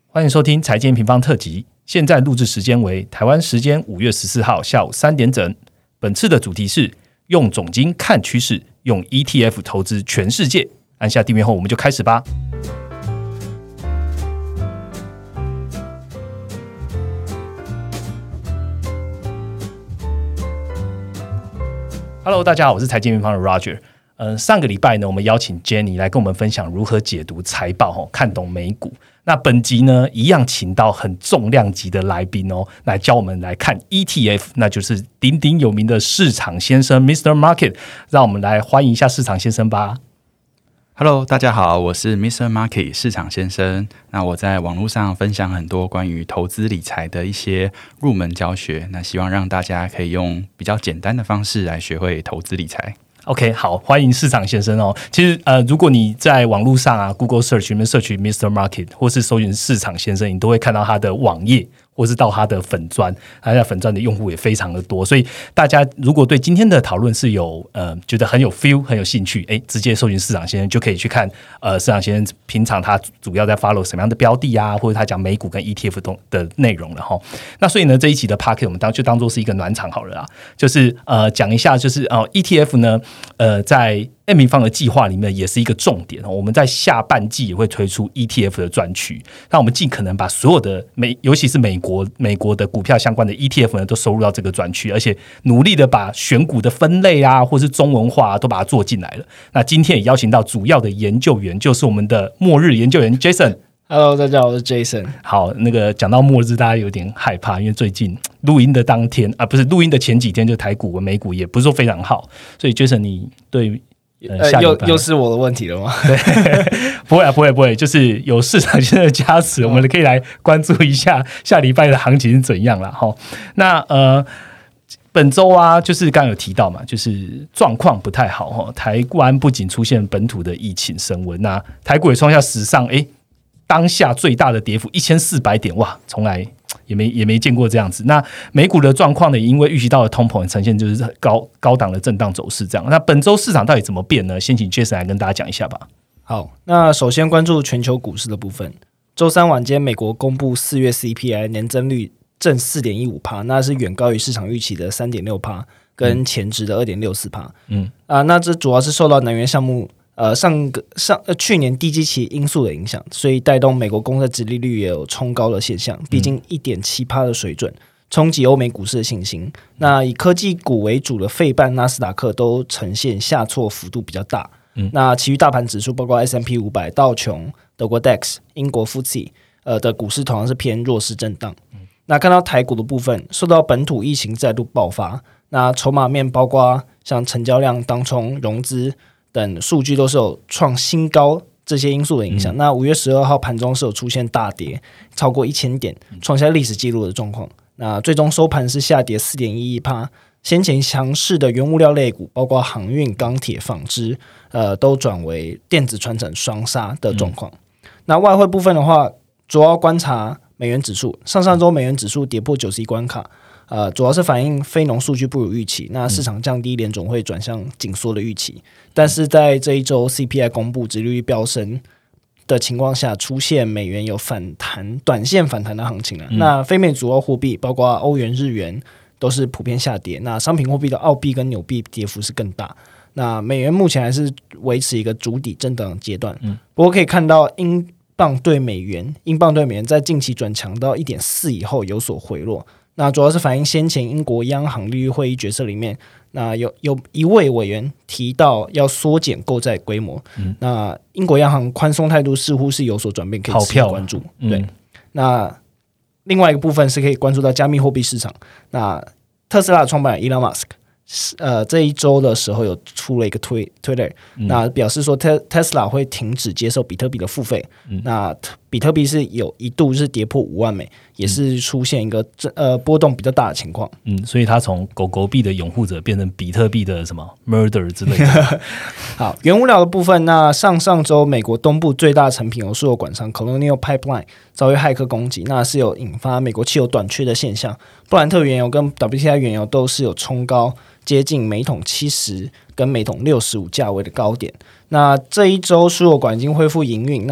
欢迎收听财经平方特辑，现在录制时间为台湾时间5月14号下午3点整。本次的主题是用总经看趋势，用 ETF 投资全世界。按下订阅后，我们就开始吧。Hello， 大家好，我是财经平方的 Roger。上个礼拜呢，我们邀请 Jenny 来跟我们分享如何解读财报，看懂美股。那本集呢，一样请到很重量级的来宾来教我们来看 ETF， 那就是鼎鼎有名的市场先生 Mr. Market。让我们来欢迎一下市场先生吧。 Hello， 大家好，我是 Mr. Market 市场先生。那我在网络上分享很多关于投资理财的一些入门教学，那希望让大家可以用比较简单的方式来学会投资理财。 OK， 好，欢迎市场先生哦。其实如果你在网络上Google Search 里面社群 Mr. Market 或是搜寻市场先生，你都会看到他的网页或是到他的粉专，他的粉专的用户也非常的多，所以大家如果对今天的讨论是有觉得很有 feel 很有兴趣，直接搜寻市场先生就可以去看市场先生平常他主要在 follow 什么样的标的或者他讲美股跟 ETF 的内容了齁。那所以呢，这一期的 Podcast 我们就当作是一个暖场好了啦，就是讲一下就是ETF 呢在 M 平方的计划里面也是一个重点，我们在下半季也会推出 ETF 的专区，那我们尽可能把所有的尤其是美国的股票相关的 ETF 呢都收入到这个专区，而且努力的把选股的分类或是中文化都把它做进来了。那今天也邀请到主要的研究员，就是我们的末日研究员 Jason。Hello， 大家好，我是 Jason。 好，那个讲到末日，大家有点害怕，因为最近录音的当天不是录音的前几天，就台股、美股也不是说非常好，所以 Jason 你对又是我的问题了吗？ 对，不会，就是有市场先生的加持，我们可以来关注一下下礼拜的行情是怎样啦。那本周就是刚刚有提到嘛，就是状况不太好台湾不仅出现本土的疫情升温，那台股也创下史上当下最大的跌幅1400点，哇，从来也没见过这样子。那美股的状况呢，因为预期到的通膨呈现就是高档的震荡走势这样。那本周市场到底怎么变呢？先请 Jason 来跟大家讲一下吧。 好，那首先关注全球股市的部分。周三晚间，美国公布4月 CPI 年增率正 4.15%， 那是远高于市场预期的 3.6%， 跟前值的 2.64%。那这主要是受到能源项目去年低基期因素的影响，所以带动美国公债殖利率也有冲高的现象，毕竟 1.7% 的水准冲击欧美股市的信心。那以科技股为主的费半、纳斯达克都呈现下挫幅度比较大。那其余大盘指数包括 S&P 500、道琼、德国 DAX、英国 FTSE 的股市同样是偏弱势震荡。那看到台股的部分，受到本土疫情再度爆发，那筹码面包括像成交量、当冲、融资等数据都是有创新高这些因素的影响。那5月12号盘中是有出现大跌超过1000点，创下历史纪录的状况。那最终收盘是下跌 4.11%。先前强势的原物料类股包括航运、钢铁、纺织都转为电子传承双杀的状况。那外汇部分的话，主要观察美元指数，上周美元指数跌破91关卡，主要是反映非农数据不如预期，那市场降低联总会转向紧缩的预期。但是在这一周 CPI 公布，殖利率飙升的情况下，出现美元有短线反弹的行情那非美主要货币包括欧元、日元都是普遍下跌，那商品货币的澳币跟纽币跌幅是更大。那美元目前还是维持一个筑底震荡阶段，不过可以看到英镑对美元在近期转强到 1.4 以后有所回落。那主要是反映先前英国央行利率会议决策里面，那有一位委员提到要缩减购债规模。那英国央行宽松态度似乎是有所转变，可以持续关注。对，那另外一个部分是可以关注到加密货币市场。那特斯拉的创办人 Elon Musk这一周的时候有出了一个Twitter，那表示说 Tesla 会停止接受比特币的付费。那比特币是有一度是跌破5万美，也是出现一个波动比较大的情况。 所以他从狗狗币的拥护者变成比特币的什么 murder 之类的。 好，原物料的部分，那上周美国东部最大成品油输油管商 Colonial Pipeline 遭遇骇客攻击，那是有引发美国汽油短缺的现象。布兰特原油跟 WTI 原油都是有冲高，接近每桶70跟每桶65价位的高点。那这一周输油管已经恢复营运，那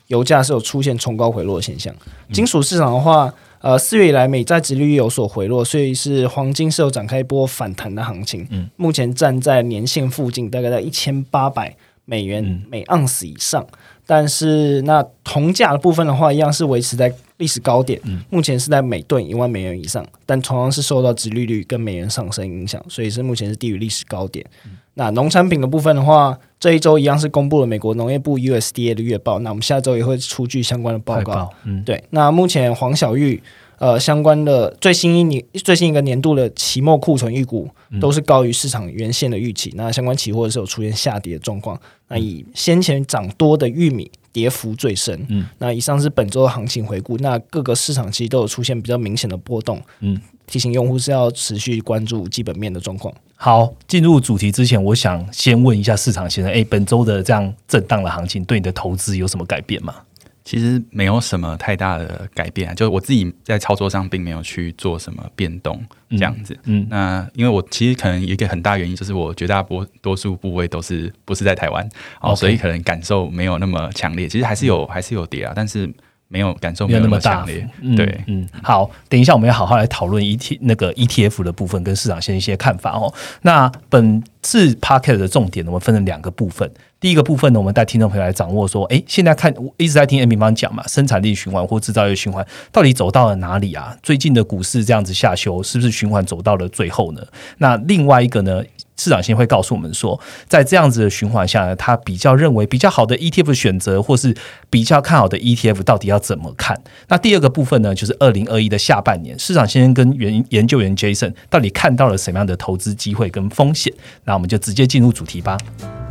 油价是有出现冲高回落的现象。金属市场的话，4月以来美债殖利率有所回落，所以是黄金是有展开一波反弹的行情。目前站在年线附近，大概在1800美元每盎司以上。但是那铜价的部分的话，一样是维持在历史高点，目前是在每吨1万美元以上，但同样是受到殖利率跟美元上升影响，所以是目前是低于历史高点。那农产品的部分的话，这一周一样是公布了美国农业部 USDA 的月报，那我们下周也会出具相关的报告。对，那目前黄小玉相关的最新一个年度的期末库存预估都是高于市场原先的预期，那相关期货是有出现下跌的状况。那以先前涨多的玉米跌幅最深。那以上是本周的行情回顾，那各个市场其实都有出现比较明显的波动。提醒用户是要持续关注基本面的状况。 好，进入主题之前，我想先问一下市场先生，本周的这样震荡的行情对你的投资有什么改变吗？ 其实没有什么太大的改变，就我自己在操作上并没有去做什么变动这样子。那因为我其实可能一个很大原因就是我绝大多数部位不是在台湾，所以可能感受没有那么强烈。其实还是有跌啊，但是没有感受没有那么强烈。对， 好，等一下我们要好好来讨论ETF 的部分跟市场先一些看法哦。那本次 Podcast 的重点我们分成2个部分。第一个部分呢，我们带听众朋友来掌握说，现在看一直在听 Amy 讲嘛，生产力循环或制造业循环到底走到了哪里啊？最近的股市这样子下修，是不是循环走到了最后呢？那另外一个呢，市场先会告诉我们说，在这样子的循环下呢，他比较认为比较好的 ETF 选择，或是比较看好的 ETF 到底要怎么看？那第二个部分呢，就是2021的下半年，市场先生跟研究员 Jason 到底看到了什么样的投资机会跟风险？那我们就直接进入主题吧。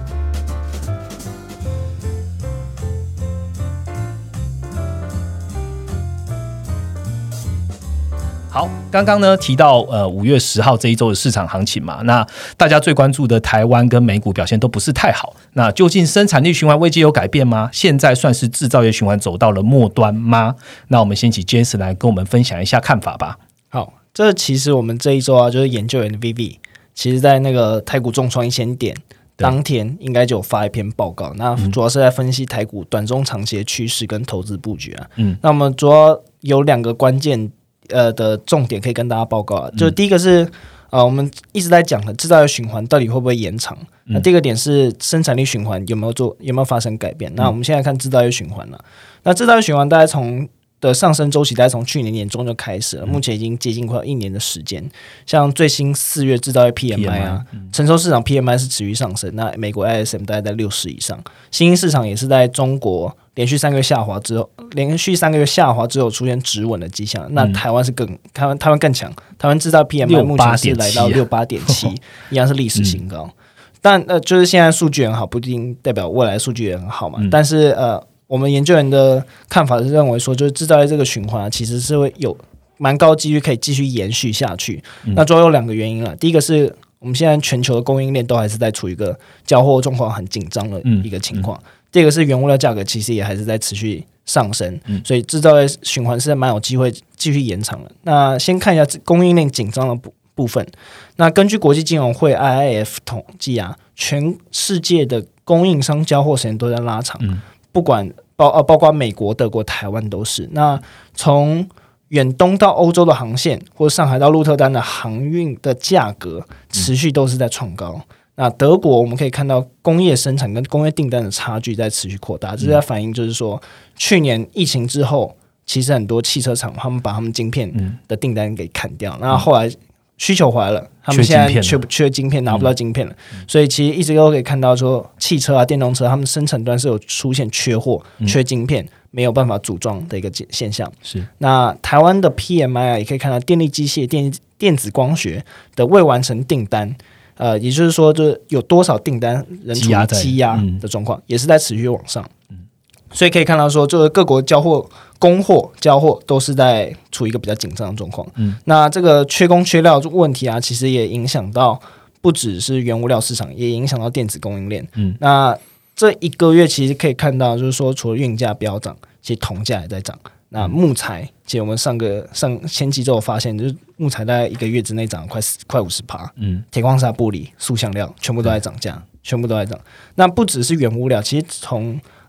好，刚刚呢提到5月10号这一周的市场行情嘛，那大家最关注的台湾跟美股表现都不是太好，那究竟生产力循环危机有改变吗？现在算是制造业循环走到了末端吗？那我们先请 Jason 来跟我们分享一下看法吧。 好，这其实我们这一周啊，就是研究员的 VV， 其实在那个台股重创1000点当天应该就有发一篇报告，那主要是在分析台股短中长期的趋势跟投资布局啊。那我们主要有2个关键的重点可以跟大家报告啊，就是第一个是我们一直在讲的制造业循环到底会不会延长？那第二个点是生产力循环有没有发生改变？那我们现在看制造业循环了。那制造业循环大概从的上升周期大概从去年年中就开始了，目前已经接近快1年的时间。像最新4月制造业 PMI 啊，成熟市场 PMI 是持续上升，那美国 ISM 大概在60以上，新兴市场也是在中国连续3个月下滑之后出现止稳的迹象。那台湾是台湾更强，台湾制造 PMI 目前是来到 68.7， 一样是历史新高。但就是现在数据很好，不一定代表未来数据也很好嘛。但是我们研究员的看法是认为说，就是制造业这个循环其实是会有蛮高几率可以继续延续下去。那主要有2个原因啦，第一个是我们现在全球的供应链都还是在处于一个交货状况很紧张的一个情况。第二个是原物料价格其实也还是在持续上升，所以制造业循环是蛮有机会继续延长的。那先看一下供应链紧张的部分。那根据国际金融会 IIF 统计啊，全世界的供应商交货时间都在拉长，不管包括美国、德国、台湾都是。那从远东到欧洲的航线，或上海到鹿特丹的航运的价格，持续都是在创高。那德国我们可以看到工业生产跟工业订单的差距在持续扩大，这在反映就是说，去年疫情之后，其实很多汽车厂他们把他们晶片的订单给砍掉，那后来需求回来了，他们现在缺晶片，拿不到晶片了，所以其实一直都可以看到说，汽车啊、电动车他们生产端是有出现缺货、缺晶片，没有办法组装的一个现象。 是。那台湾的 PMI 啊，也可以看到电力机械、电子光学的未完成订单。也就是说，就是有多少订单人处于积压的状况，也是在持续往上。所以可以看到说，就是各国供货交货都是在处于一个比较紧张的状况。那这个缺工缺料问题啊，其实也影响到不只是原物料市场，也影响到电子供应链。那这1个月其实可以看到，就是说除了运价飙涨，其实铜价也在涨。那木材，其实我们前几周有发现，就是木材大概1个月之内涨了快 50%。铁矿砂、玻璃、塑橡料全部都在涨价，全部都在涨。那不只是原物料，其实从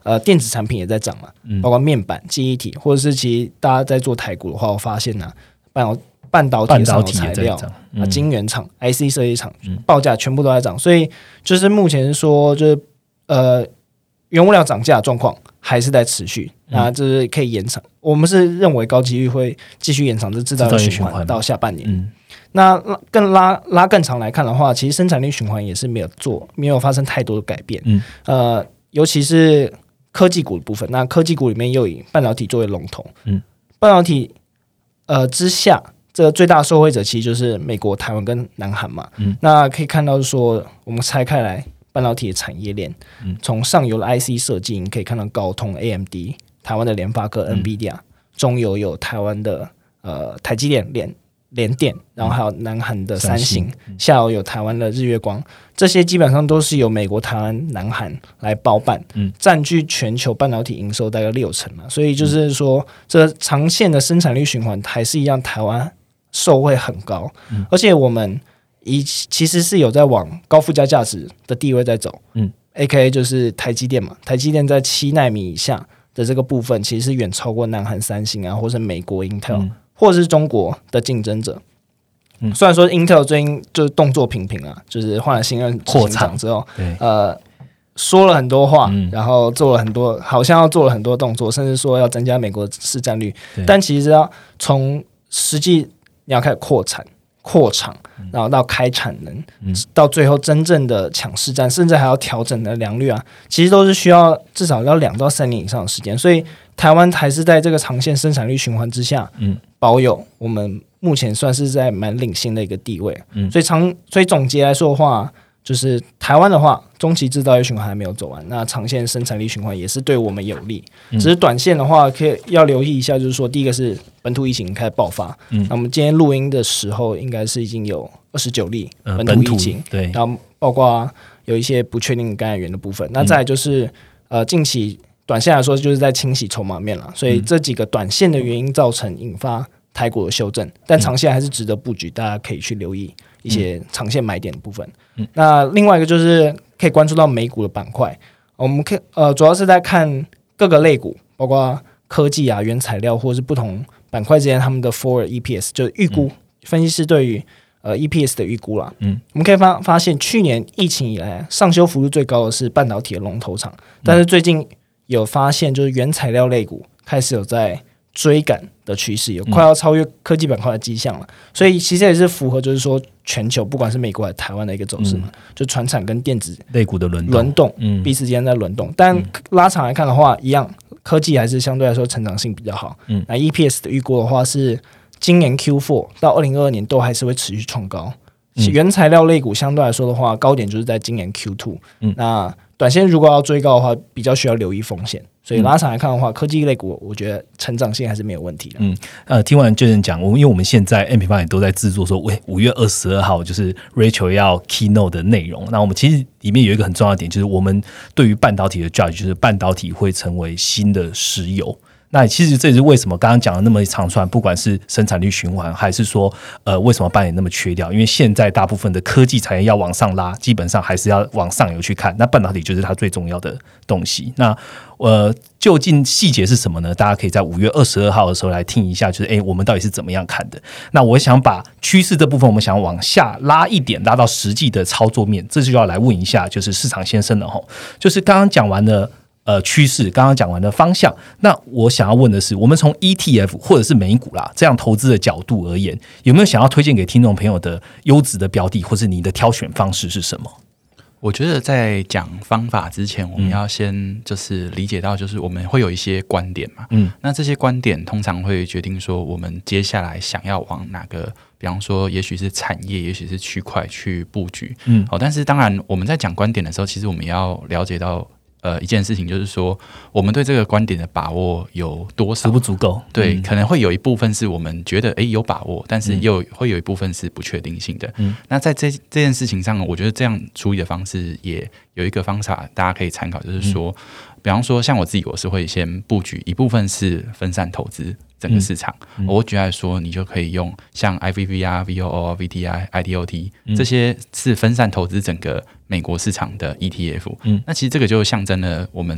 电子产品也在涨嘛，包括面板、记忆体，或者是其实大家在做台股的话，我发现半导体上游材料晶圆厂、IC 设计厂报价全部都在涨，所以就是目前说就是原物料涨价的状况还是在持续，那就是可以延长。我们是认为高几率会继续延长这制造业循环到下半年。那更拉更长来看的话，其实生产力循环也是没有发生太多的改变。尤其是科技股的部分，那科技股里面又以半导体作为龙头。半导体之下，这个最大受惠者其实就是美国、台湾跟南韩嘛。那可以看到说，我们拆开来半导体的产业链，从上游的 IC 设计，你可以看到高通、AMD、台湾的联发科、NVIDIA，中游有台湾的台积电、联电，然后还有南韩的三星，下游有台湾的日月光，这些基本上都是由美国、台湾、南韩来包办，占据全球半导体营收大概60%嘛，所以就是说，这长线的生产力循环还是一样，台湾受惠很高，而且我们其实是有在往高附加价值的地位在走，AKA 就是台积电嘛，台积电在7奈米以下的这个部分，其实是远超过南韩三星啊，或是美国 Intel。或者是中国的竞争者，虽然说 Intel 最近就是动作频频啊，就是换了新任执行长之后，说了很多话，然后做了很多，好像要做了很多动作，甚至说要增加美国的市占率，但其实要从实际你要开始扩厂，然后到开产能，到最后真正的抢市占，甚至还要调整的良率啊，其实都是需要至少要2到3年以上的时间，所以台湾还是在这个长线生产力循环之下，保有我们目前算是在蛮领先的一个地位，所以总结来说的话，就是台湾的话，中期制造业循环还没有走完，那长线生产力循环也是对我们有利。只是短线的话，要留意一下，就是说，第一个是本土疫情开始爆发，那我们今天录音的时候，应该是已经有29例本土疫情， 对， 然后包括有一些不确定感染源的部分。那再来就是近期短线来说，就是在清洗筹码面了，所以这几个短线的原因造成引发台股的修正，但长线还是值得布局，大家可以去留意一些长线买点的部分。那另外一个就是可以关注到美股的板块，我们主要是在看各个类股，包括科技啊、原材料或是不同板块之间他们的 forward EPS， 就是预估，分析师对于EPS 的预估啦。我们可以发现去年疫情以来上修幅度最高的是半导体的龙头厂，但是最近有发现就是原材料类股开始有在追赶的趋势，有快要超越科技板块的迹象了，所以其实也是符合就是说全球不管是美国还是台湾的一个走势嘛，就传产跟电子类股的轮动，彼此之间在轮动，但拉长来看的话，一样科技还是相对来说成长性比较好。那 EPS 的预估的话是今年 Q4 到2022年都还是会持续创高。原材料类股相对来说的话，高点就是在今年 Q2。那短线如果要追高的话，比较需要留意风险。所以拉长来看的话，科技类股我觉得成长性还是没有问题的。 听完Jason讲，因为我们现在 MP8 也都在制作说，5月22号就是 Rachel 要 keynote 的内容。那我们其实里面有一个很重要的点，就是我们对于半导体的 judge， 就是半导体会成为新的石油。那其实这也是为什么刚刚讲的那么一长串，不管是生产力循环，还是说为什么半导体那么缺掉？因为现在大部分的科技产业要往上拉，基本上还是要往上游去看。那半导体就是它最重要的东西。那究竟细节是什么呢？大家可以在5月22号的时候来听一下，就是我们到底是怎么样看的。那我想把趋势这部分，我们想往下拉一点，拉到实际的操作面，这就要来问一下，就是市场先生了吼，就是刚刚讲完了。趋势刚刚讲完的方向，那我想要问的是，我们从 ETF 或者是美股啦这样投资的角度而言，有没有想要推荐给听众朋友的优质的标的，或是你的挑选方式是什么？ 我觉得在讲方法之前，我们要先就是理解到，就是我们会有一些观点嘛，那这些观点通常会决定说我们接下来想要往哪个，比方说也许是产业，也许是区块去布局，但是当然我们在讲观点的时候，其实我们要了解到。一件事情就是说，我们对这个观点的把握有多少， 足不足够？ 对，可能会有一部分是我们觉得有把握，但是又会有一部分是不确定性的。那在这件事情上，我觉得这样处理的方式也有一个方法，大家可以参考，就是说，比方说像我自己，我是会先布局一部分是分散投资整个市场。我举例来说，你就可以用像 IVV 啊、VOO 啊、VTI、IDOT 这些是分散投资整个美国市场的 ETF。那其实这个就象征了我们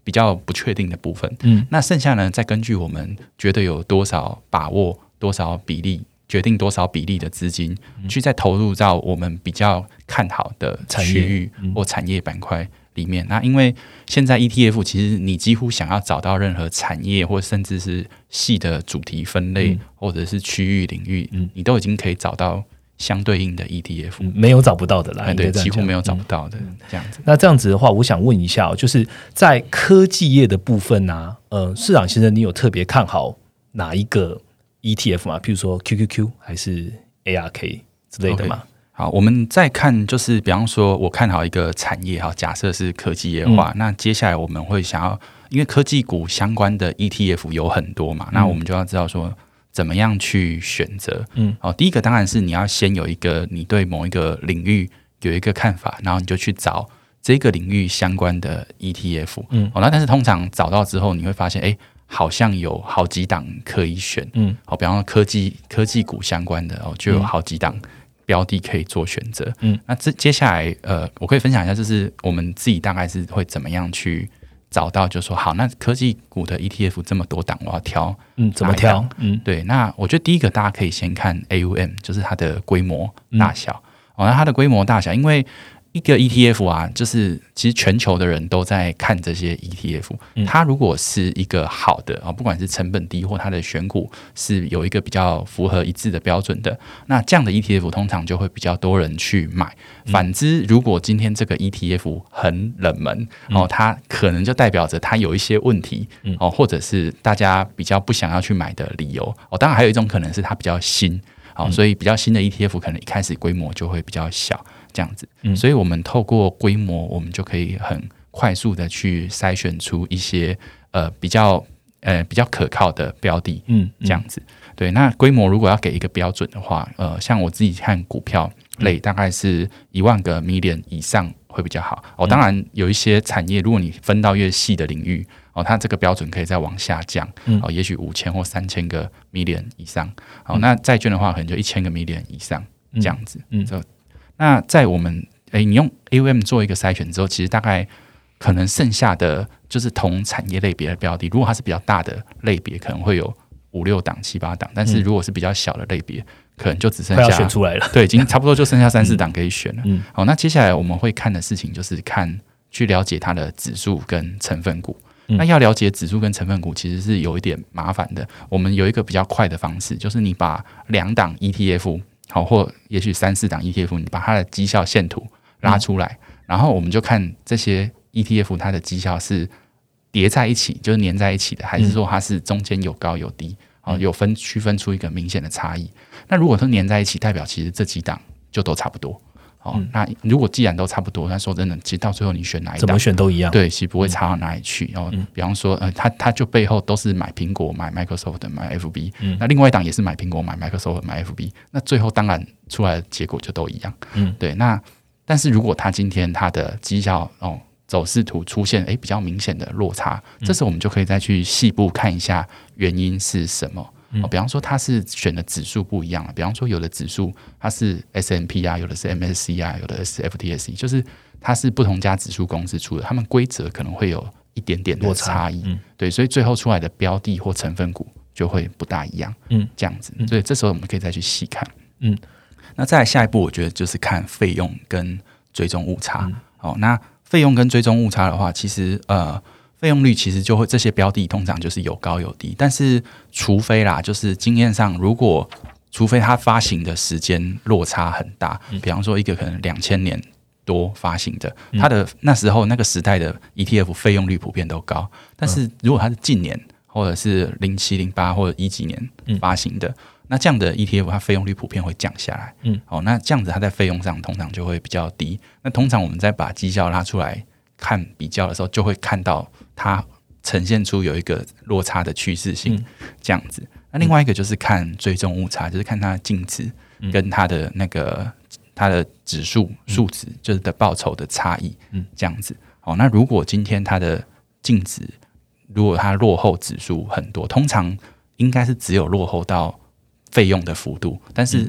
比较不确定的部分。那剩下呢，再根据我们觉得有多少把握、多少比例，决定多少比例的资金，去再投入到我们比较看好的区域或产业板块里面。那因为现在 ETF 其实你几乎想要找到任何产业或甚至是细的主题分类，或者是区域领域，你都已经可以找到相对应的 ETF， 没有找不到的啦， 对，几乎没有找不到的这样子。 那这样子的话，我想问一下，就是在科技业的部分啊，市长先生，你有特别看好哪一个 ETF 吗？譬如说 QQQ 还是 ARK 之类的吗？ 好，我们再看，就是比方说，我看好一个产业，好，假设是科技业的话，那接下来我们会想要，因为科技股相关的 ETF 有很多嘛，那我们就要知道说，怎么样去选择。第一个当然是你要先有一个你对某一个领域有一个看法，然后你就去找这个领域相关的 ETF。那但是通常找到之后，你会发现，好像有好几档可以选。比方说科技股相关的，就有好几档标的可以做选择。那接下来我可以分享一下，就是我们自己大概是会怎么样去找到，就说好，那科技股的 ETF 这么多档，我要挑， 怎么挑？ 对，那我觉得第一个大家可以先看 AUM， 就是它的规模大小。那它的规模大小，因为一个 ETF 啊，就是其实全球的人都在看这些 ETF，它如果是一个好的不管是成本低或它的选股是有一个比较符合一致的标准的，那这样的 ETF 通常就会比较多人去买。反之，如果今天这个 ETF 很冷门，它可能就代表着它有一些问题，或者是大家比较不想要去买的理由。当然还有一种可能是它比较新，所以比较新的 ETF 可能一开始规模就会比较小。这样子，所以我们透过规模，我们就可以很快速的去筛选出一些比较可靠的标的，这样子。对，那规模如果要给一个标准的话，像我自己看股票类，大概是1万个 million 以上会比较好。当然有一些产业，如果你分到越细的领域，它这个标准可以再往下降，也许5000或3000个 million 以上。那债券的话，可能就1000个 million 以上这样子。那在我们你用 AUM 做一个筛选之后，其实大概可能剩下的就是同产业类别的标的，如果它是比较大的类别，可能会有5、6档、7、8档，但是如果是比较小的类别，可能就只剩下快要选出来了， 对，已经差不多就剩下3、4档可以选了。好，那接下来我们会看的事情就是去了解它的指数跟成分股。那要了解指数跟成分股其实是有一点麻烦的，我们有一个比较快的方式，就是你把2档 ETF。好，或也许3、4档 ETF， 你把它的绩效线图拉出来，然后我们就看这些 ETF 它的绩效是叠在一起，就是粘在一起的，还是说它是中间有高有低，有区分出一个明显的差异。那如果是粘在一起，代表其实这几档就都差不多。那如果既然都差不多，那说真的，其实到最后你选哪一档， 怎么选都一样， 对，其实不会差到哪里去。比方说，他就背后都是买苹果、买 Microsoft、买 FB，那另外一档也是买苹果、买 Microsoft、买 FB，那最后当然出来的结果就都一样。对。那但是如果他今天他的绩效走势图出现比较明显的落差，这时候我们就可以再去细部看一下原因是什么。比方说它是选的指数不一样，比方说有的指数它是 S&P 啊，有的是 MSCI， 有的是 FTSE， 就是它是不同家指数公司出的，它们规则可能会有一点点的差异。对，所以最后出来的标的或成分股就会不大一样。这样子，所以这时候我们可以再去细看。那再来下一步，我觉得就是看费用跟追踪误差。那费用跟追踪误差的话，其实费用率其实就会这些标的通常就是有高有低，但是除非啦，就是经验上，除非它发行的时间落差很大，比方说一个可能2000年多发行的，它的那时候那个时代的 ETF 费用率普遍都高，但是如果它是近年或者是07、08或者10几年发行的，那这样的 ETF 它费用率普遍会降下来。那这样子它在费用上通常就会比较低。那通常我们再把绩效拉出来看比较的时候，就会看到它呈现出有一个落差的趋势性，这样子。那另外一个就是看追踪误差，就是看它的净值跟它的它的指数数值，就是的报酬的差异，这样子。那如果今天它的净值如果它落后指数很多，通常应该是只有落后到费用的幅度，但是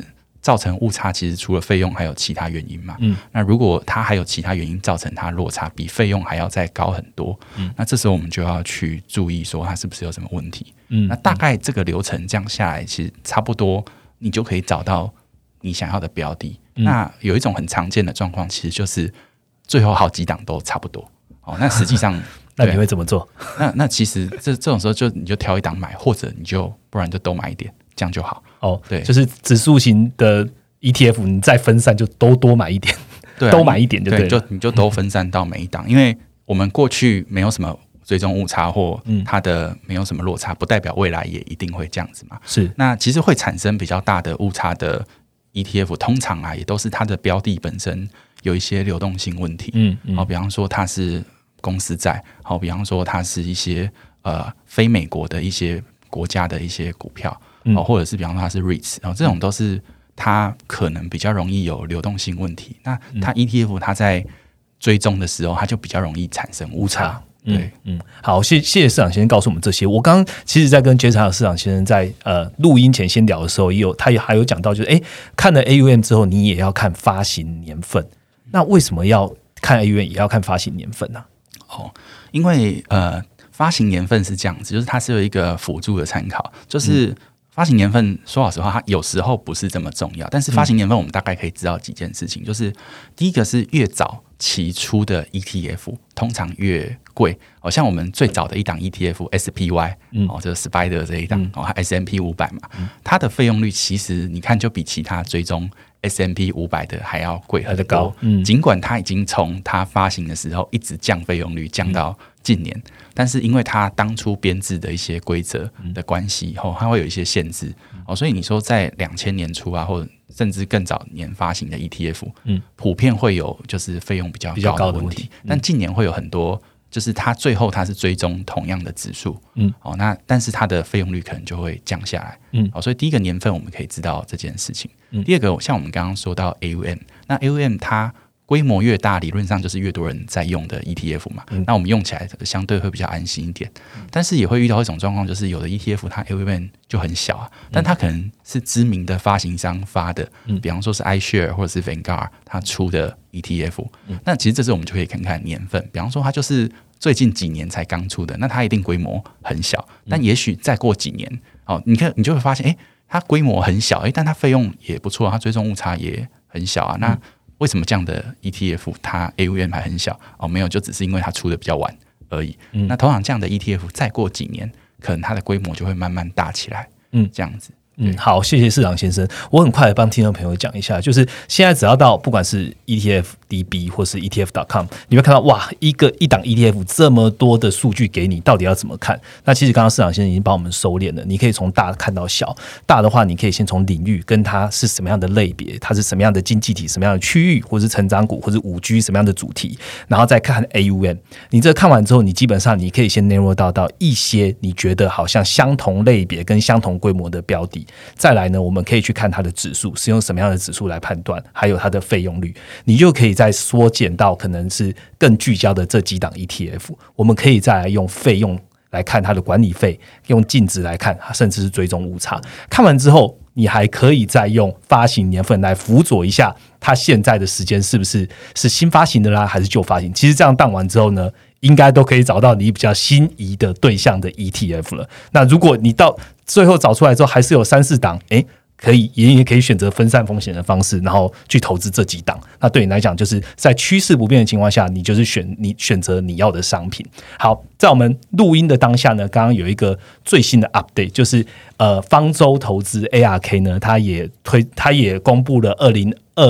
造成误差，其实除了费用还有其他原因嘛。那如果它还有其他原因造成它落差比费用还要再高很多，那这时候我们就要去注意说它是不是有什么问题。那大概这个流程这样下来，其实差不多你就可以找到你想要的标的。那有一种很常见的状况，其实就是最后好几档都差不多。那实际上那你会怎么做？ 那其实这种时候你就挑一档买，或者不然就都买一点，这样就好。对， 就是指数型的 ETF， 你再分散就都多买一点， 对都买一点就对了。 你就都分散到每一档，因为我们过去没有什么追踪误差或它的没有什么落差，不代表未来也一定会这样子嘛。 是， 那其实会产生比较大的误差的 ETF， 通常也都是它的标的本身有一些流动性问题。比方说它是公司债，比方说它是一些非美国的一些国家的一些股票，或者是比方说它是 REITs， 这种都是它可能比较容易有流动性问题。那它 ETF 它在追踪的时候，它就比较容易产生误差。对， 好，谢谢市长先生告诉我们这些。我刚刚其实在跟 Jason 市长先生在录音前先聊的时候，他还有讲到，就是看了 AUM 之后，你也要看发行年份。那为什么要看 AUM 也要看发行年份呢？ 因为发行年份是这样子，就是它是有一个辅助的参考，就是发行年份说老实话，它有时候不是这么重要，但是发行年份我们大概可以知道几件事情，就是第一个是越早期出的 ETF 通常越贵，像我们最早的一档 ETF SPY，就是 Spider 这一档S&P 500嘛，它的费用率其实你看就比其他追踪 S&P 500的还要贵很多，尽管它已经从它发行的时候一直降费用率降到近年，但是因为它当初编制的一些规则的关系，它会有一些限制，所以你说在2000年初啊，或者甚至更早年发行的 ETF，普遍会有就是费用比较高的问题，但近年会有很多。就是它最后它是追踪同样的指数，那但是它的费用率可能就会降下来，所以第一个年份我们可以知道这件事情。第二个，像我们刚刚说到 AUM， 那 AUM 它规模越大，理论上就是越多人在用的 ETF 嘛，那我们用起来相对会比较安心一点，但是也会遇到一种状况，就是有的 ETF 它 AUM 就很小啊，但它可能是知名的发行商发的，比方说是 iShare 或者是 Vanguard 它出的 ETF，那其实这时候我们就可以看看年份，比方说它就是最近几年才刚出的，那它一定规模很小，但也许再过几年，你就会发现，它规模很小，但它费用也不错，它追踪误差也很小啊，那为什么这样的 ETF 它 AUM 还很小？没有，就只是因为它出的比较晚而已。那通常这样的 ETF 再过几年，可能它的规模就会慢慢大起来。这样子。 好，谢谢市长先生。我很快的帮听众朋友讲一下，就是现在只要到不管是 ETF-DB 或是 ETF.com， 你会看到哇，一档 ETF 这么多的数据给你，到底要怎么看？那其实刚刚市长先生已经帮我们收敛了，你可以从大看到小。大的话，你可以先从领域跟它是什么样的类别，它是什么样的经济体、什么样的区域，或是成长股，或是5G 什么样的主题，然后再看 AUM。你这看完之后，你基本上你可以先 narrow 到一些你觉得好像相同类别跟相同规模的标的。再来呢，我们可以去看它的指数是用什么样的指数来判断，还有它的费用率，你就可以再缩减到可能是更聚焦的这几档 ETF。我们可以再来用费用来看它的管理费，用净值来看，甚至是追踪误差。看完之后，你还可以再用发行年份来辅佐一下它现在的时间是不是新发行的啦，还是旧发行。其实这样当完之后呢，应该都可以找到你比较心仪的对象的 ETF 了。那如果你到最后找出来之后还是有3-4档，也可以选择分散风险的方式，然后去投资这几档。那对你来讲，就是在趋势不变的情况下，你就是选择你要的商品。好，在我们录音的当下呢，刚刚有一个最新的 update， 就是方舟投资 ARK 呢，它也公布了2021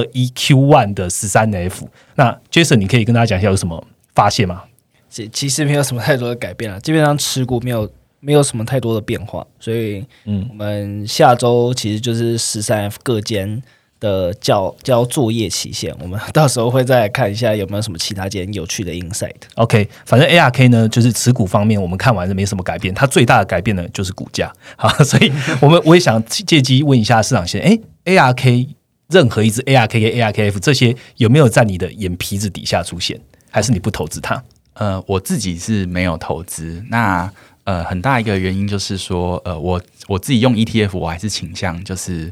Q1 的13F。那 Jason， 你可以跟大家讲一下有什么发现吗？ 其实没有什么太多的改变了，基本上持股没有什么太多的变化，所以我们下周其实就是 13F 各间的交作业期限，我们到时候会再来看一下有没有什么其他间有趣的 insight。 OK， 反正 ARK 呢就是持股方面我们看完没什么改变，它最大的改变呢就是股价。好，所以我也想借机问一下市场先生，ARK 任何一只 ARK 跟 ARKF 这些有没有在你的眼皮子底下出现，还是你不投资它？ 我自己是没有投资，那很大一个原因就是说，我自己用 ETF， 我还是倾向就是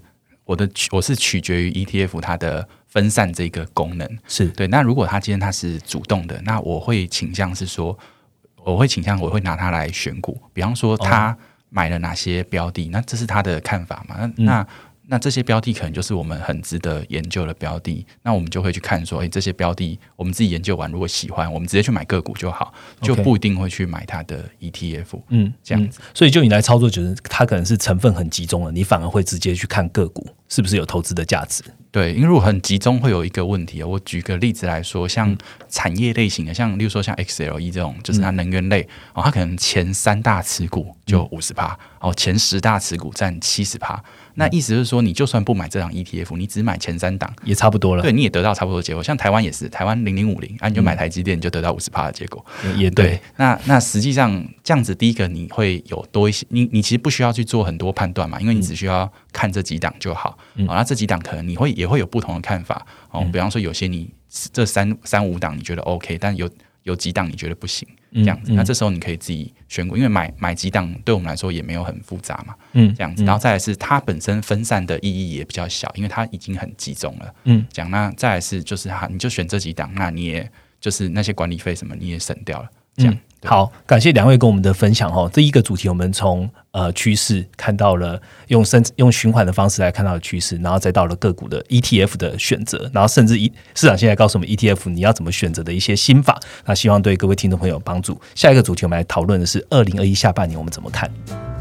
我是取决于 ETF 它的分散这个功能， 是对。那如果它今天它是主动的，那我会倾向是说，我会拿它来选股，比方说他买了哪些标的，那这是他的看法嘛？那这些标的可能就是我们很值得研究的标的，那我们就会去看说，这些标的我们自己研究完，如果喜欢，我们直接去买个股就好，就不一定会去买它的 ETF。这样子。 所以就你来操作，觉得它可能是成分很集中了，你反而会直接去看个股是不是有投资的价值。 对，因为如果很集中会有一个问题，我举个例子来说，像产业类型的，像例如说像 XLE 这种，就是它能源类，它可能前3大持股就 50%，前10大持股占 70%。那意思就是说，你就算不买这档 ETF， 你只买前3档也差不多了。 对，你也得到差不多的结果。像台湾也是，台湾0050，你就买台积电，你就得到 50% 的结果。 也对。 那实际上这样子，第一个你会有多一些，你其实不需要去做很多判断嘛，因为你只需要看这几档就好。那这几档可能你也会有不同的看法。比方说有些你这3、5档你觉得 OK， 但有几档你觉得不行，这样子。那这时候你可以自己选股，因为买几档对我们来说也没有很复杂嘛，这样子。然后再来是它本身分散的意义也比较小，因为它已经很集中了，这样。那再来是就是你就选这几档，那你也就是那些管理费什么你也省掉了，这样。 好，感谢2位跟我们的分享哦。第一个主题我们从趋势看到了用循环的方式来看到的趋势，然后再到了个股的 ETF 的选择，然后甚至市场现在告诉我们 ETF 你要怎么选择的一些心法，那希望对各位听众朋友有帮助。下一个主题我们来讨论的是2021下半年我们怎么看。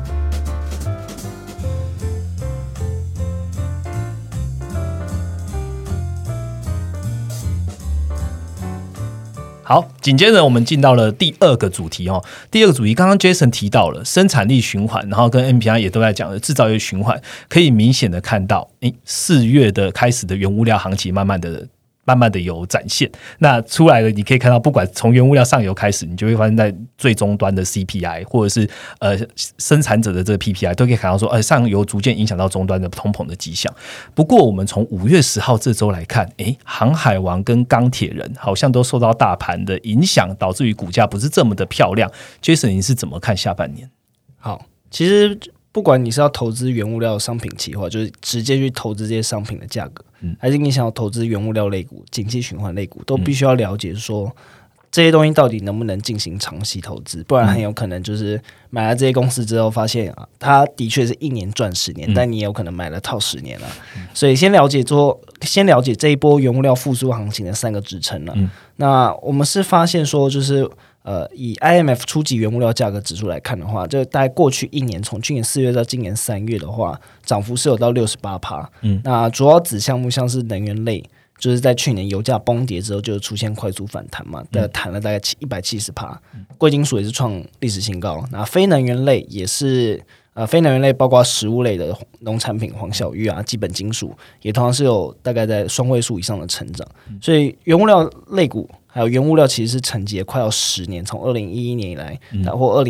好，紧接着我们进到了第2个主题哦。第2个主题刚刚 Jason 提到了生产力循环，然后跟 NPI 也都在讲的制造业循环，可以明显的看到，4月的开始的原物料行情慢慢的有展现。那出来了，你可以看到，不管从原物料上游开始，你就会发现在最终端的 CPI 或者是生产者的这个 PPI 都可以看到说，上游逐渐影响到终端的通膨的迹象。不过，我们从5月10号这周来看，航海王跟钢铁人好像都受到大盘的影响，导致于股价不是这么的漂亮。Jason， 你是怎么看下半年？ 好，其实不管你是要投资原物料商品期货，就是直接去投资这些商品的价格，还是你想要投资原物料类股、景气循环类股，都必须要了解说这些东西到底能不能进行长期投资，不然很有可能就是买了这些公司之后发现它的确是1年赚10年，但你也有可能买了套10年了。所以先了解这一波原物料复苏行情的3个支撑了。那我们是发现说就是以 IMF 初级原物料价格指数来看的话，就大概过去1年，从去年4月到今年3月的话，涨幅是有到 68%。那主要子项目像是能源类，就是在去年油价崩跌之后就出现快速反弹嘛，弹了大概 170%。贵金属也是创历史新高。那非能源类也是非能源类包括食物类的农产品、黄小玉基本金属也同样是有大概在双位数以上的成长。所以原物料类股还有原物料其实是承接快要10年，从2011年以来，或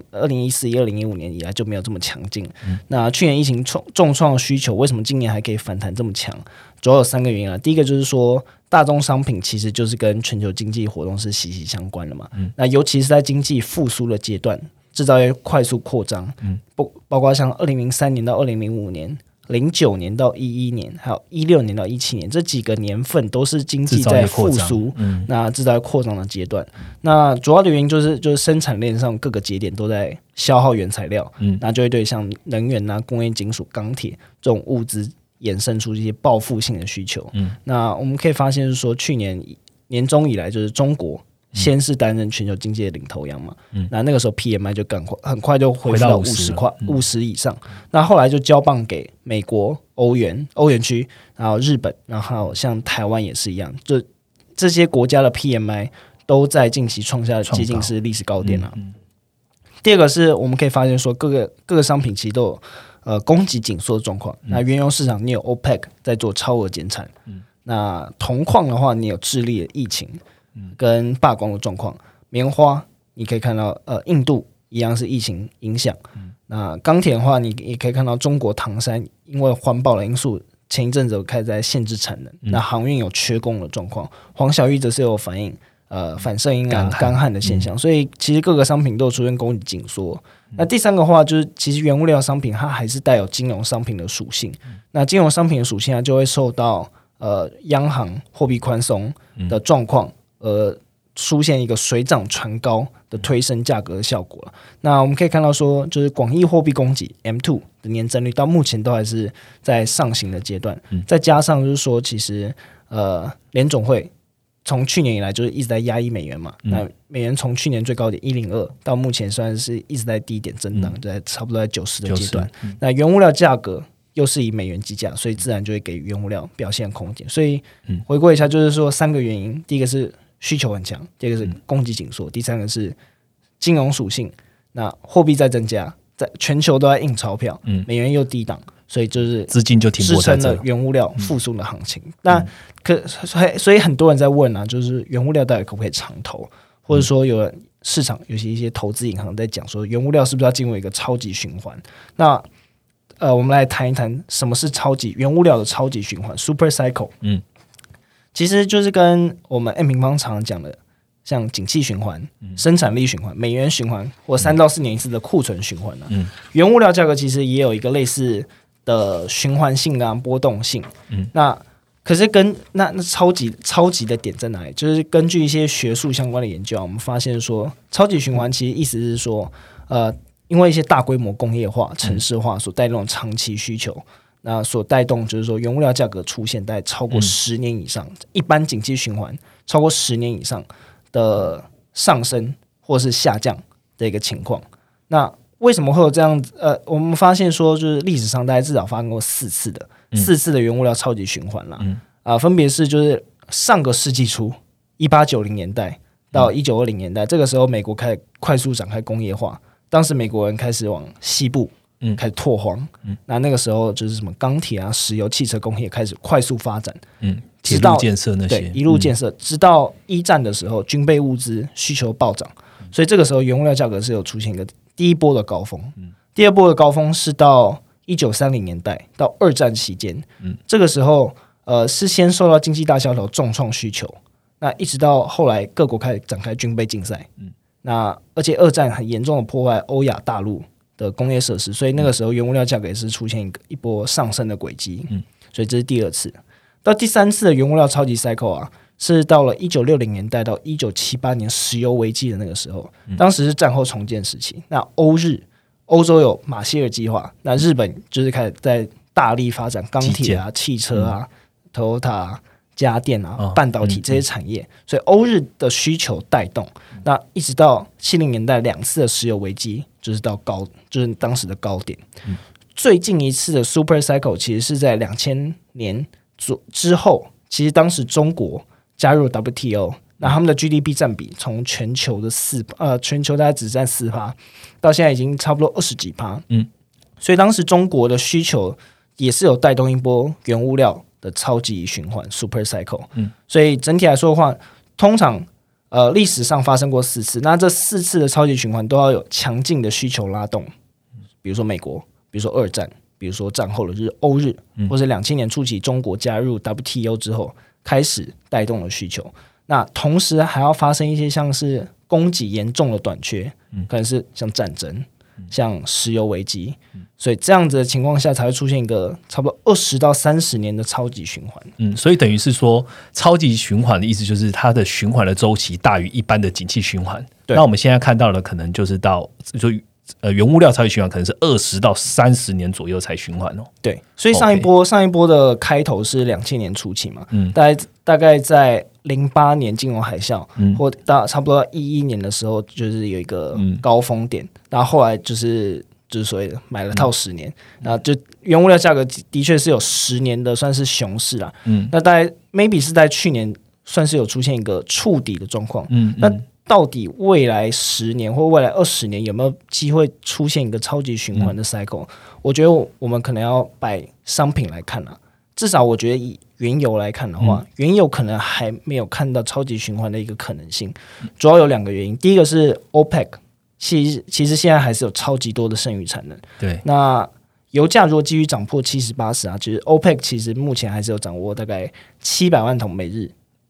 2014、2015年以来就没有这么强劲。那去年疫情重创需求，为什么今年还可以反弹这么强？主要有3个原因啊。第一个就是说，大宗商品其实就是跟全球经济活动是息息相关的嘛。那尤其是在经济复苏的阶段，制造业快速扩张，包括像2003年到2005年。09年到11年，还有16年到17年，这几个年份都是经济在复苏，那制造业扩张的阶段。那主要的原因就是生产链上各个节点都在消耗原材料，那就会对像能源工业金属、钢铁这种物资衍生出这些报复性的需求。那我们可以发现是说，去年年中以来，就是中国先是担任全球经济的领头羊嘛，那个时候 PMI 就很快就恢复到50以上，那后来就交棒给美国、欧元区，然后日本，然后还有像台湾也是一样，就这些国家的 PMI 都在近期创下接近是历史高点了。第二个是我们可以发现说各个商品其实都有供给紧缩的状况。那原油市场你有 OPEC 在做超额减产，那铜矿的话你有智利的疫情跟罢工的状况，棉花你可以看到印度一样是疫情影响。那钢铁的话，你也可以看到中国唐山因为环保的因素，前一阵子有开始在限制产能。那航运有缺工的状况，黄小玉则是有反映反射音啊、干旱的现象，所以其实各个商品都有出现供给紧缩。那第三个话就是，其实原物料商品它还是带有金融商品的属性。那金融商品的属性它就会受到央行货币宽松的状况出现一个水涨船高的推升价格的效果了。那我们可以看到说，就是广义货币供给 M2 的年增率到目前都还是在上行的阶段。再加上就是说，其实联总会从去年以来就是一直在压抑美元嘛，那美元从去年最高点102到目前算是一直在低点震荡，在差不多在90的阶段。那原物料价格又是以美元计价，所以自然就会给原物料表现空间。所以回顾一下，就是说3个原因：第一个是需求很强，第二个是供给紧缩，第三个是金融属性。那货币在增加，在全球都在印钞票，美元又低档。所以就是资金就停泊在这， 支撑了原物料复苏的行情。那所以很多人在问啊，就是原物料到底可不可以长投，或者说有市场有一些投资银行在讲说，原物料是不是要进入一个超级循环？那我们来谈一谈什么是原物料的超级循环 （Super Cycle）。其实就是跟我们 M 平方常讲的，像景气循环、生产力循环、美元循环，或3到4年一次的库存循环啊。原物料价格其实也有一个类似的循环性啊、波动性。那可是那超级的点在哪里？就是根据一些学术相关的研究，我们发现说，超级循环其实意思是说，因为一些大规模工业化、城市化所带动的长期需求，那所带动就是说，原物料价格出现在超过10年以上，一般景气循环超过10年以上的上升或是下降的一个情况。那为什么会有这样子？我们发现说，就是历史上大概至少发生过4次的原物料超级循环啦。分别是就是上个世纪初1890年代到1920年代，这个时候美国开始快速展开工业化，当时美国人开始往西部开始拓荒。那个时候就是什么钢铁啊、石油、汽车工业开始快速发展。 铁路建设那些， 对，一路建设，直到1战的时候，军备物资需求暴涨，所以这个时候原物料价格是有出现一个第一波的高峰。第二波的高峰是到1930年代到2战期间。这个时候是先受到经济大萧条重创需求，那一直到后来各国开始展开军备竞赛。那而且2战很严重的破坏欧亚大陆的工业设施，所以那个时候原物料价格也是出现一波上升的轨迹。所以这是第2次。到第3次的原物料超级 cycle 啊，是到了1960年代到1978年石油危机的那个时候。当时是战后重建时期。那欧洲有马歇尔计划，那日本就是开始在大力发展钢铁啊、汽车啊、Toyota 啊、家电啊、半导体这些产业，所以欧日的需求带动。那一直到70年代2次的石油危机，就是就是当时的高点。最近一次的 Super Cycle 其实是在2000年之后，其实当时中国加入 WTO， 那他们的 GDP 占比从全球的全球大概只占4%，到现在已经差不多20几%。所以当时中国的需求也是有带动一波原物料的超级循环 Super Cycle。所以整体来说的话，通常历史上发生过4次，那这4次的超级循环都要有强劲的需求拉动，比如说美国，比如说2战，比如说战后的欧日，或者2000年初期中国加入 WTO 之后开始带动了需求。那同时还要发生一些像是供给严重的短缺，可能是像战争、像石油危机，所以这样子的情况下才会出现一个差不多20到30年的超级循环。 所以等于是说，超级循环的意思就是它的循环的周期大于一般的景气循环。那我们现在看到的可能就是原物料超级循环可能是20到30年左右才循环哦。 对，所以上一波的开头是2000年初期嘛，大概在08年金融海啸，或差不多到11年的时候，就是有一个高峰点，然后后来就是所谓的买了套10年，然后就原物料价格的确是有10年的算是熊市啦。那大概 maybe 是在去年算是有出现一个触底的状况。那到底未来10年或未来20年有没有机会出现一个超级循环的 cycle？我觉得我们可能要摆商品来看啦。至少我觉得以原油来看的话，原油可能还没有看到超级循环的一个可能性。主要有2个原因，第一个是 OPEC， 其实现在还是有超级多的剩余产能。 对， 那油价如果继续涨破70-80啊，就是 OPEC 其实目前还是有掌握大概700万桶每日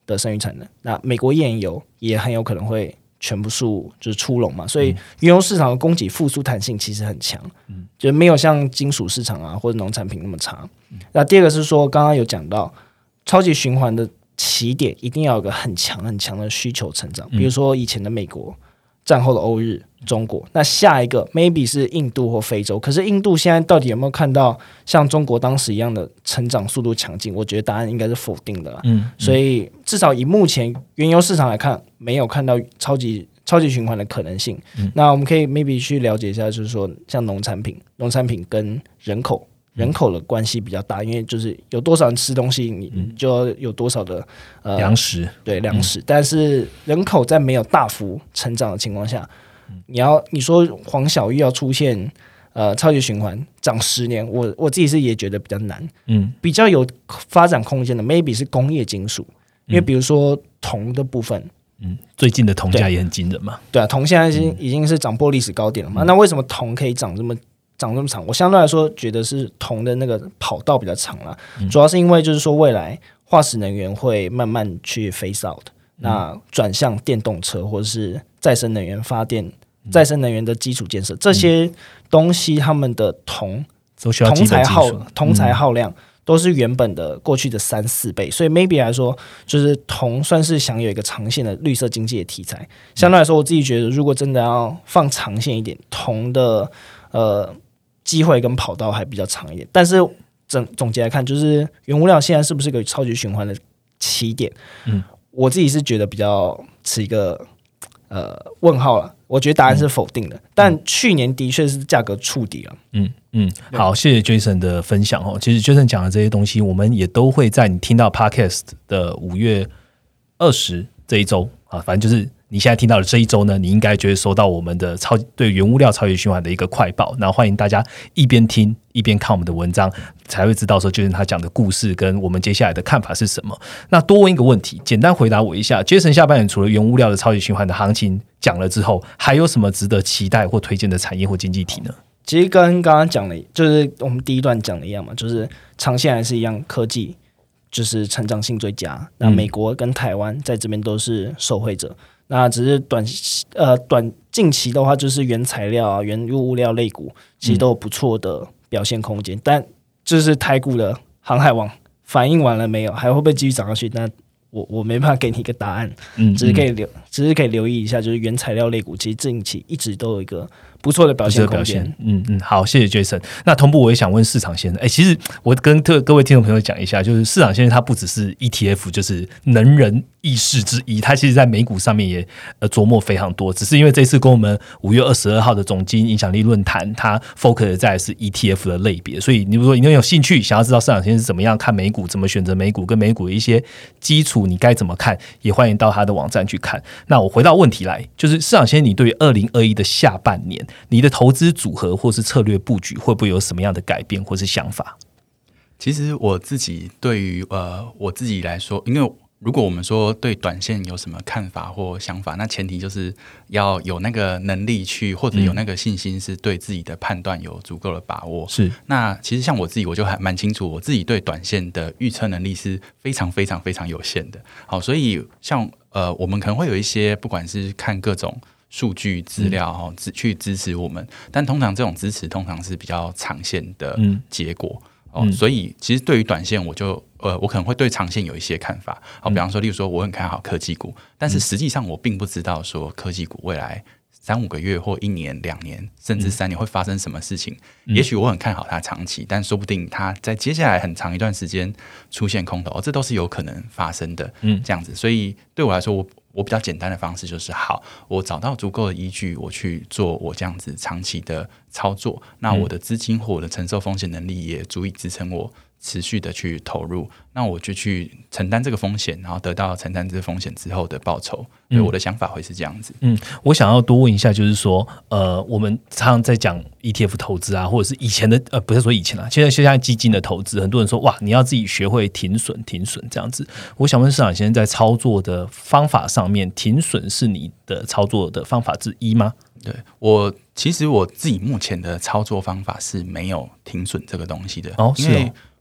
的剩余产能，那美国页岩油也很有可能会全部数就是出笼嘛，所以原油市场的供给复苏弹性其实很强，就没有像金属市场啊或者农产品那么差。那第二个是说，刚刚有讲到超级循环的起点一定要有个很强很强的需求成长，比如说以前的美国，战后的欧日、中国，那下一个 maybe 是印度或非洲，可是印度现在到底有没有看到像中国当时一样的成长速度强劲？我觉得答案应该是否定的啦。所以至少以目前原油市场来看，没有看到超级循环的可能性。那我们可以 maybe 去了解一下，就是说像农产品跟人口的关系比较大，因为就是有多少人吃东西，你就要有多少的粮食， 对粮食。但是人口在没有大幅成长的情况下，你说黄小玉要出现超级循环涨10年，我自己是也觉得比较难。比较有发展空间的 maybe 是工业金属，因为比如说铜的部分。 最近的铜价也很惊人嘛。 对啊，铜现在已经是涨破历史高点了嘛。那为什么铜可以涨这么长？我相对来说觉得是铜的那个跑道比较长啦，主要是因为就是说未来化石能源会慢慢去 phase out，那转向电动车或者是再生能源发电、再生能源的基础建设，这些东西他们的铜材耗量都是原本的过去的3-4倍，所以 maybe 来说，就是铜算是享有一个长线的绿色经济的题材。相对来说，我自己觉得，如果真的要放长线一点，铜的机会跟跑道还比较长一点。但是总结来看，就是原物料现在是不是个超级循环的起点？我自己是觉得比较持一个问号了。我觉得答案是否定的，但去年的确是价格触底了。 好，谢谢 Jason 的分享哦。其实 Jason 讲的这些东西，我们也都会在你听到 Podcast 的5月20这一周啊，反正就是你现在听到的这一周呢，你应该就会收到我们的对原物料超级循环的一个快报。然后欢迎大家一边听一边看我们的文章，才会知道说Jason他讲的故事跟我们接下来的看法是什么。那多问一个问题，简单回答我一下 ，Jason 下半年除了原物料的超级循环的行情讲了之后，还有什么值得期待或推荐的产业或经济体呢？ 其实跟刚刚讲的，就是我们第一段讲的一样嘛，就是长线还是一样，科技就是成长性最佳。那美国跟台湾在这边都是受惠者。那只是近期的话，就是原材料啊、原物料类股其实都有不错的表现空间。但就是台股的航海王反应完了没有？还会不会继续涨上去？那我没办法给你一个答案，只是可以留意一下，就是原材料类股其实近期一直都有一个不错的表现空间。 好，谢谢 Jason。那同步我也想问市场先生，其实我跟各位听众朋友讲一下，就是市场先生他不只是 ETF， 就是能人异士之一，他其实在美股上面也琢磨非常多。只是因为这次跟我们5月22号的总经影响力论坛，他 focus 在是 ETF 的类别，所以你如果你有兴趣想要知道市场先生是怎么样看美股，怎么选择美股，跟美股的一些基础你该怎么看，也欢迎到他的网站去看。那我回到问题来，就是市场先生，你对于2021的下半年，你的投资组合或是策略布局会不会有什么样的改变或是想法？ 其实我自己对于我自己来说，因为如果我们说对短线有什么看法或想法，那前提就是要有那个能力去，或者有那个信心，是对自己的判断有足够的把握。 是。 那其实像我自己，我就还蛮清楚，我自己对短线的预测能力是非常非常非常有限的。好，所以像我们可能会有一些，不管是看各种数据资料去支持我们，但通常这种支持通常是比较长线的结果。所以其实对于短线我可能会对长线有一些看法。好，比方说例如说我很看好科技股，但是实际上我并不知道说科技股未来3-5个月或1年、2年甚至3年会发生什么事情。也许我很看好它长期，但说不定它在接下来很长一段时间出现空头，这都是有可能发生的。这样子，所以对我来说，我比较简单的方式就是好，我找到足够的依据，我去做我这样子长期的操作，那我的资金或我的承受风险能力也足以支撑我持续的去投入，那我就去承担这个风险，然后得到承担这个风险之后的报酬。所以我的想法会是这样子。 我想要多问一下，就是说我们常常在讲 ETF 投资啊，或者是以前的不是说以前啦，现在基金的投资，很多人说哇，你要自己学会停损这样子。我想问市场先生，在操作的方法上面，停损是你的操作的方法之一吗？ 对，其实我自己目前的操作方法是没有停损这个东西的。因为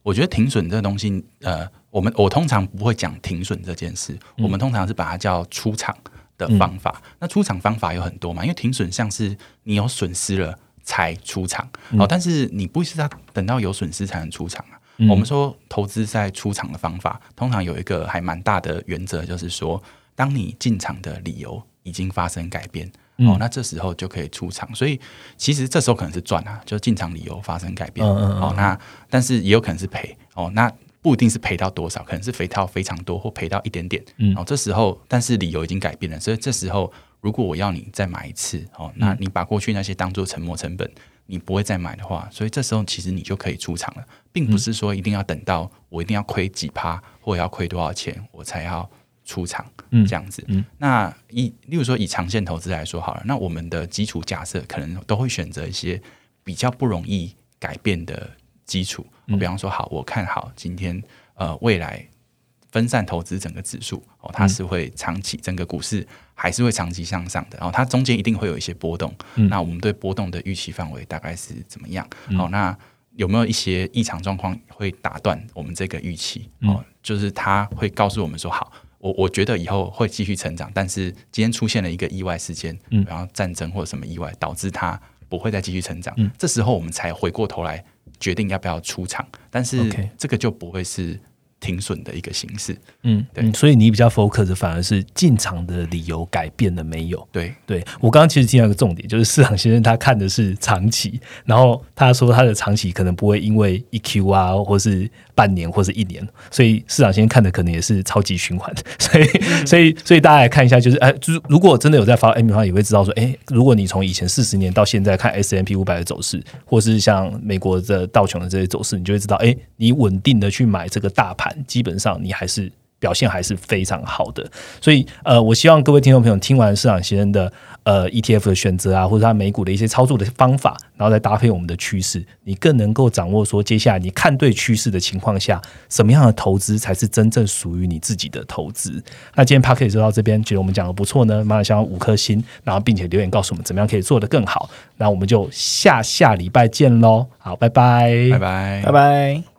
我觉得停损这个东西，我通常不会讲停损这件事，我们通常是把它叫出场的方法。那出场方法有很多嘛，因为停损像是你有损失了才出场，但是你不是要等到有损失才能出场啊。我们说投资在出场的方法，通常有一个还蛮大的原则，就是说，当你进场的理由已经发生改变，那这时候就可以出场。所以其实这时候可能是赚啊，就进场理由发生改变，那但是也有可能是赔那不一定是赔到多少，可能是赔到非常多或赔到一点点，这时候但是理由已经改变了，所以这时候如果我要你再买一次，那你把过去那些当作沉没成本，你不会再买的话，所以这时候其实你就可以出场了，并不是说一定要等到我一定要亏几%或要亏多少钱我才要出场这样子。那例如说以长线投资来说好了，那我们的基础假设可能都会选择一些比较不容易改变的基础，比方说好，我看好今天未来分散投资整个指数它是会长期整个股市还是会长期向上的，它中间一定会有一些波动，那我们对波动的预期范围大概是怎么样？那有没有一些异常状况会打断我们这个预期？就是它会告诉我们说，好，我觉得以后会继续成长，但是今天出现了一个意外事件，然后战争或者什么意外导致它不会再继续成长，这时候我们才回过头来决定要不要出场，但是这个就不会是停损的一个形式。 所以你比较 focus 的反而是进场的理由改变了没有？ 对， 我刚刚其实听到一个重点，就是市场先生他看的是长期，然后他说他的长期可能不会因为1Q 啊，或是半年或是1年，所以市场先生看的可能也是超级循环。所以大家来看一下，就是如果真的有在发 M 的话，也会知道说，如果你从以前40年到现在看 S&P 500的走势，或是像美国的道琼的这些走势，你就会知道，你稳定的去买这个大盘，基本上你还是表现还是非常好的。所以我希望各位听众朋友听完市场先生的ETF 的选择啊，或者他美股的一些操作的方法，然后再搭配我们的趋势，你更能够掌握说接下来你看对趋势的情况下，什么样的投资才是真正属于你自己的投资。那今天 Podcast 就到这边，觉得我们讲的不错呢，麻烦希望5颗星，然后并且留言告诉我们怎么样可以做得更好。那我们就下礼拜见咯。好，拜拜， 拜拜， 拜拜。